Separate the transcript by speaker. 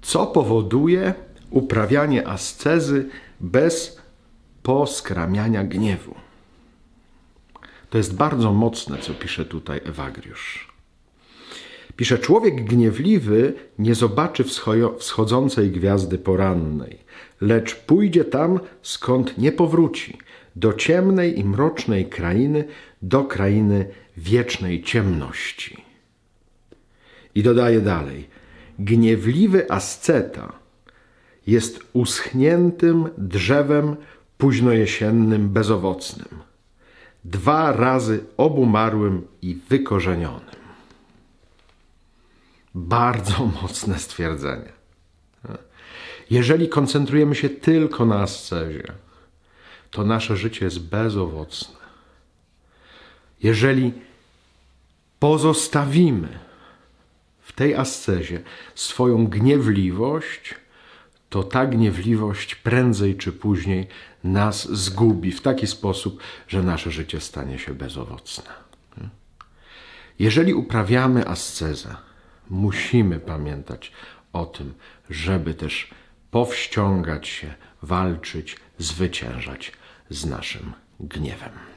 Speaker 1: Co powoduje uprawianie ascezy bez poskramiania gniewu? To jest bardzo mocne, co pisze tutaj Ewagriusz. Pisze: człowiek gniewliwy nie zobaczy wschodzącej gwiazdy porannej, lecz pójdzie tam, skąd nie powróci, do ciemnej i mrocznej krainy, do krainy wiecznej ciemności. I dodaje dalej: gniewliwy asceta jest uschniętym drzewem późnojesiennym bezowocnym, 2 razy obumarłym i wykorzenionym. Bardzo mocne stwierdzenie. Jeżeli koncentrujemy się tylko na ascezie, to nasze życie jest bezowocne. Jeżeli pozostawimy w tej ascezie swoją gniewliwość, to ta gniewliwość prędzej czy później nas zgubi w taki sposób, że nasze życie stanie się bezowocne. Jeżeli uprawiamy ascezę, musimy pamiętać o tym, żeby też powściągać się, walczyć, zwyciężać z naszym gniewem.